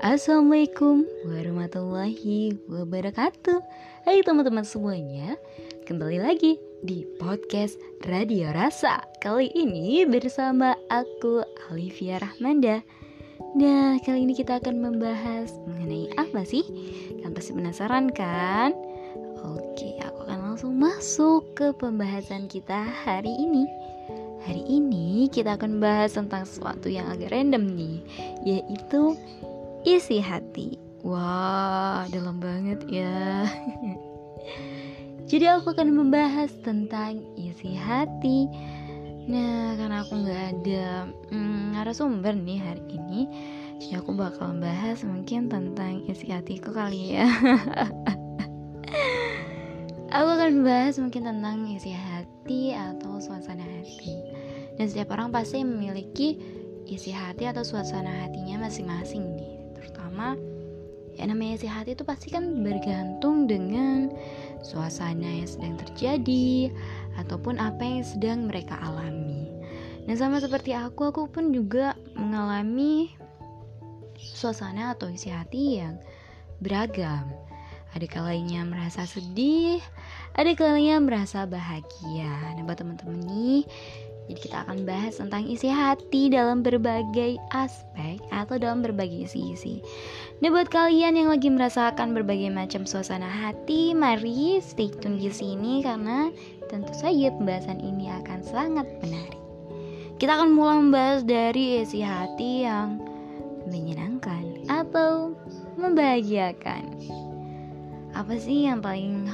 Assalamualaikum warahmatullahi wabarakatuh. Hai teman-teman semuanya, kembali lagi di podcast Radio Rasa. Kali ini bersama aku Alivia Rahmanda. Nah, kali ini kita akan membahas mengenai apa sih? Kan pasti penasaran kan? Oke, aku akan langsung masuk ke pembahasan kita hari ini. Hari ini kita akan bahas tentang sesuatu yang agak random nih, yaitu isi hati. Wah, dalam banget ya. Jadi aku akan membahas tentang isi hati. Nah, karena aku gak ada narasumber nih hari ini, jadi aku bakal membahas mungkin tentang isi hatiku kali ya. Aku akan membahas mungkin tentang isi hati atau suasana hati. Dan setiap orang pasti memiliki isi hati atau suasana hatinya masing-masing nih. Terutama ya namanya isi hati itu pasti kan bergantung dengan suasana yang sedang terjadi ataupun apa yang sedang mereka alami. Dan sama seperti aku pun juga mengalami suasana atau isi hati yang beragam. Ada kalanya merasa sedih, ada kalanya merasa bahagia. Nah, buat teman-teman nih, jadi kita akan bahas tentang isi hati dalam berbagai aspek atau dalam berbagai isi-isi. Nah, buat kalian yang lagi merasakan berbagai macam suasana hati, mari stay tune di sini karena tentu saja pembahasan ini akan sangat menarik. Kita akan mulai membahas dari isi hati yang menyenangkan atau membahagiakan. Apa sih yang paling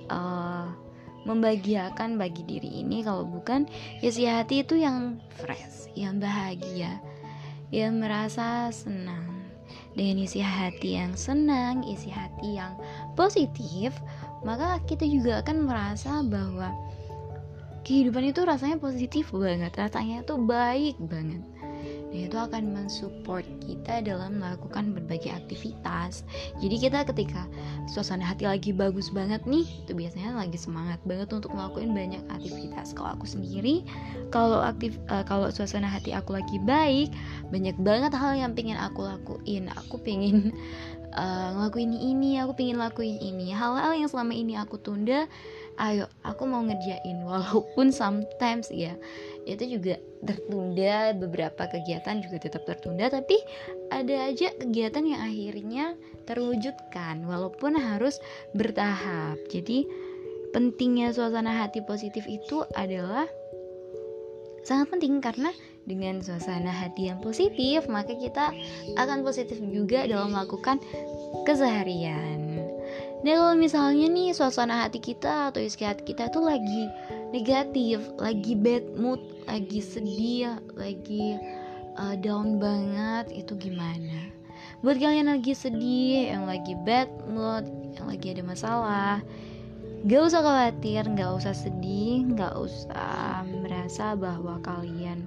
membahagiakan bagi diri ini kalau bukan isi hati itu yang fresh, yang bahagia, yang merasa senang. Dengan isi hati yang senang, isi hati yang positif, maka kita juga akan merasa bahwa kehidupan itu rasanya positif banget, rasanya itu baik banget. Dan itu akan mensupport kita dalam melakukan berbagai aktivitas. Jadi kita ketika suasana hati lagi bagus banget nih, itu biasanya lagi semangat banget untuk melakukan banyak aktivitas. Kalau aku sendiri, kalau suasana hati aku lagi baik, banyak banget hal yang pengen aku lakuin. Aku pengen ngelakuin ini, aku pengen lakuin ini. Hal-hal yang selama ini aku tunda, ayo aku mau ngerjain. Walaupun sometimes ya itu juga tertunda, beberapa kegiatan juga tetap tertunda, tapi ada aja kegiatan yang akhirnya terwujudkan walaupun harus bertahap. Jadi pentingnya suasana hati positif itu adalah sangat penting, karena dengan suasana hati yang positif maka kita akan positif juga dalam melakukan keseharian. Nah, kalau misalnya nih suasana hati kita atau isi hati kita tuh lagi negatif, lagi bad mood, lagi sedih, lagi down banget, itu gimana? Buat kalian yang lagi sedih, yang lagi bad mood, yang lagi ada masalah, gak usah khawatir, gak usah sedih, gak usah merasa bahwa kalian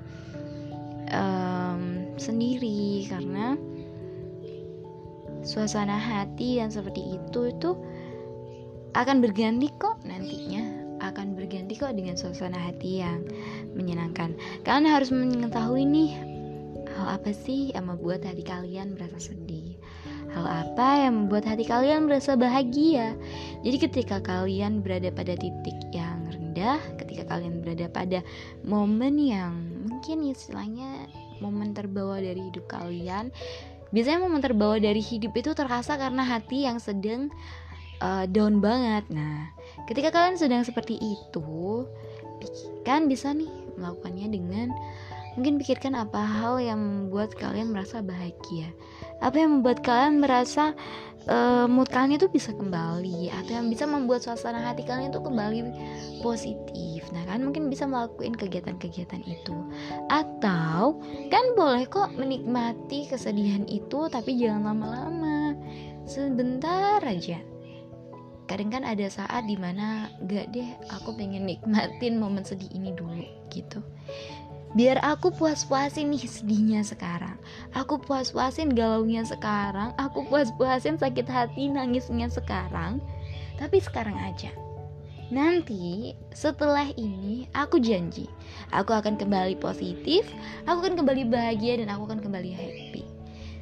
sendiri, karena suasana hati yang seperti itu akan berganti kok nantinya, akan berganti kok dengan suasana hati yang menyenangkan. Kalian harus mengetahui nih, hal apa sih yang membuat hati kalian merasa sedih, hal apa yang membuat hati kalian merasa bahagia. Jadi ketika kalian berada pada titik yang rendah, ketika kalian berada pada momen yang mungkin istilahnya momen terbawa dari hidup kalian. Biasanya momen terbawa dari hidup itu terasa karena hati yang sedang down banget. Nah, ketika kalian sedang seperti itu, kan bisa nih melakukannya dengan mungkin pikirkan apa hal yang membuat kalian merasa bahagia, apa yang membuat kalian merasa mood kalian itu bisa kembali, atau yang bisa membuat suasana hati kalian itu kembali positif. Nah, kan mungkin bisa melakukan kegiatan-kegiatan itu. Atau kan boleh kok menikmati kesedihan itu, tapi jangan lama-lama, sebentar aja. Kadang kan ada saat dimana gak deh, aku pengen nikmatin momen sedih ini dulu gitu. Biar aku puas-puasin nih sedihnya sekarang, aku puas-puasin galaunya sekarang, aku puas-puasin sakit hati nangisnya sekarang. Tapi sekarang aja. Nanti setelah ini aku janji, aku akan kembali positif, aku akan kembali bahagia, dan aku akan kembali happy.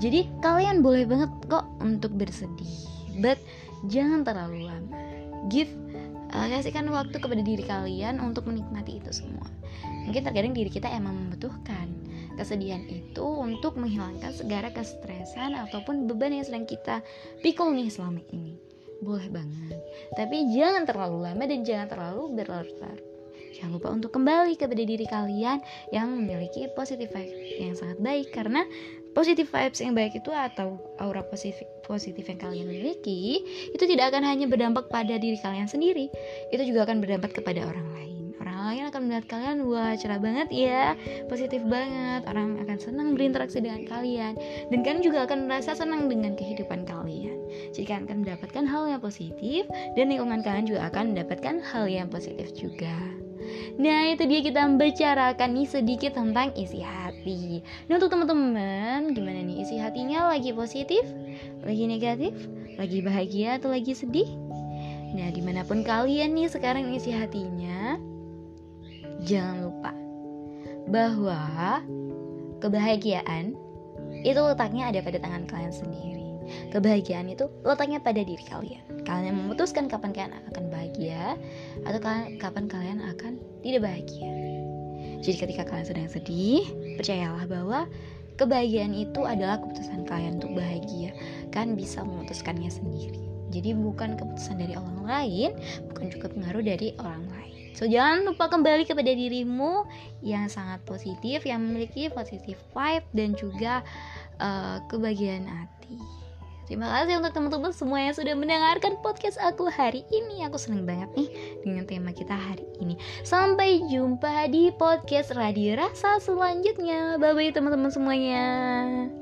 Jadi kalian boleh banget kok untuk bersedih, but jangan terlalu lama. Kasihkan waktu kepada diri kalian untuk menikmati itu semua. Mungkin terkadang diri kita emang membutuhkan kesedihan itu untuk menghilangkan segala kestresan ataupun beban yang sedang kita pikul nih selama ini. Boleh banget, tapi jangan terlalu lama dan jangan terlalu berlarut-larut. Jangan lupa untuk kembali kepada diri kalian yang memiliki positive vibes yang sangat baik, karena positive vibes yang baik itu atau aura positif yang kalian miliki itu tidak akan hanya berdampak pada diri kalian sendiri, itu juga akan berdampak kepada orang lain. Orang lain akan melihat kalian, wah cerah banget ya, positif banget. Orang akan senang berinteraksi dengan kalian, dan kalian juga akan merasa senang dengan kehidupan kalian. Jadi kalian akan mendapatkan hal yang positif, dan lingkungan kalian juga akan mendapatkan hal yang positif juga. Nah, itu dia kita membicarakan nih sedikit tentang isi hati. Nah, untuk teman-teman, gimana nih isi hatinya? Lagi positif? Lagi negatif? Lagi bahagia atau lagi sedih? Nah, dimanapun kalian nih sekarang isi hatinya, jangan lupa bahwa kebahagiaan itu letaknya ada pada tangan kalian sendiri. Kebahagiaan itu letaknya pada diri kalian. Kalian yang memutuskan kapan kalian akan bahagia atau kapan kalian akan tidak bahagia. Jadi ketika kalian sedang sedih, percayalah bahwa kebahagiaan itu adalah keputusan kalian untuk bahagia. Kalian bisa memutuskannya sendiri. Jadi bukan keputusan dari orang lain, bukan juga pengaruh dari orang lain. So jangan lupa kembali kepada dirimu yang sangat positif, yang memiliki positive vibe dan juga kebahagiaan hati. Terima kasih untuk teman-teman semua yang sudah mendengarkan podcast aku hari ini. Aku senang banget nih dengan tema kita hari ini. Sampai jumpa di podcast Radio Rasa selanjutnya. Bye-bye teman-teman semuanya.